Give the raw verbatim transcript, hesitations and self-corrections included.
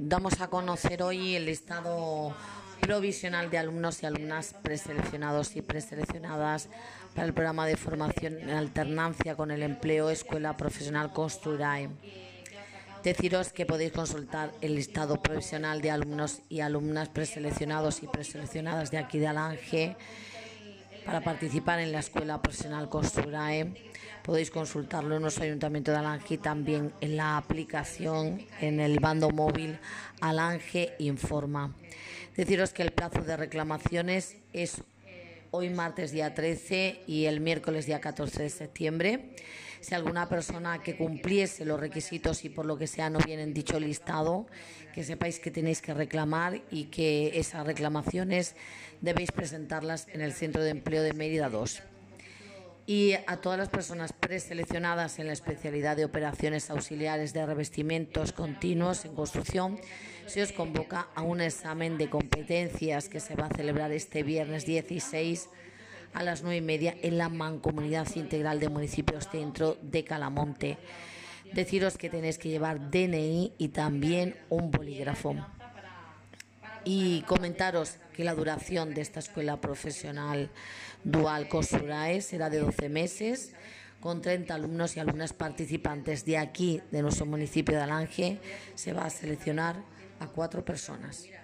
Damos a conocer hoy el listado provisional de alumnos y alumnas preseleccionados y preseleccionadas para el programa de formación en alternancia con el empleo Escuela Profesional Construirae. Deciros que podéis consultar el listado provisional de alumnos y alumnas preseleccionados y preseleccionadas de aquí de Alange para participar en la Escuela Profesional Construirae. Podéis consultarlo en nuestro Ayuntamiento de Alange y también en la aplicación, en el bando móvil Alange Informa. Deciros que el plazo de reclamaciones es hoy martes día trece y el miércoles día catorce de septiembre. Si alguna persona que cumpliese los requisitos y por lo que sea no viene en dicho listado, que sepáis que tenéis que reclamar y que esas reclamaciones debéis presentarlas en el Centro de Empleo de Mérida dos. Y a todas las personas preseleccionadas en la especialidad de operaciones auxiliares de revestimientos continuos en construcción, se os convoca a un examen de competencias que se va a celebrar este viernes dieciséis a las nueve y media en la Mancomunidad Integral de Municipios Centro de Calamonte. Deciros que tenéis que llevar D N I y también un bolígrafo. Y comentaros que la duración de esta escuela profesional dual Construirae será de doce meses, con treinta alumnos y alumnas participantes. De aquí, de nuestro municipio de Alange, se va a seleccionar a cuatro personas.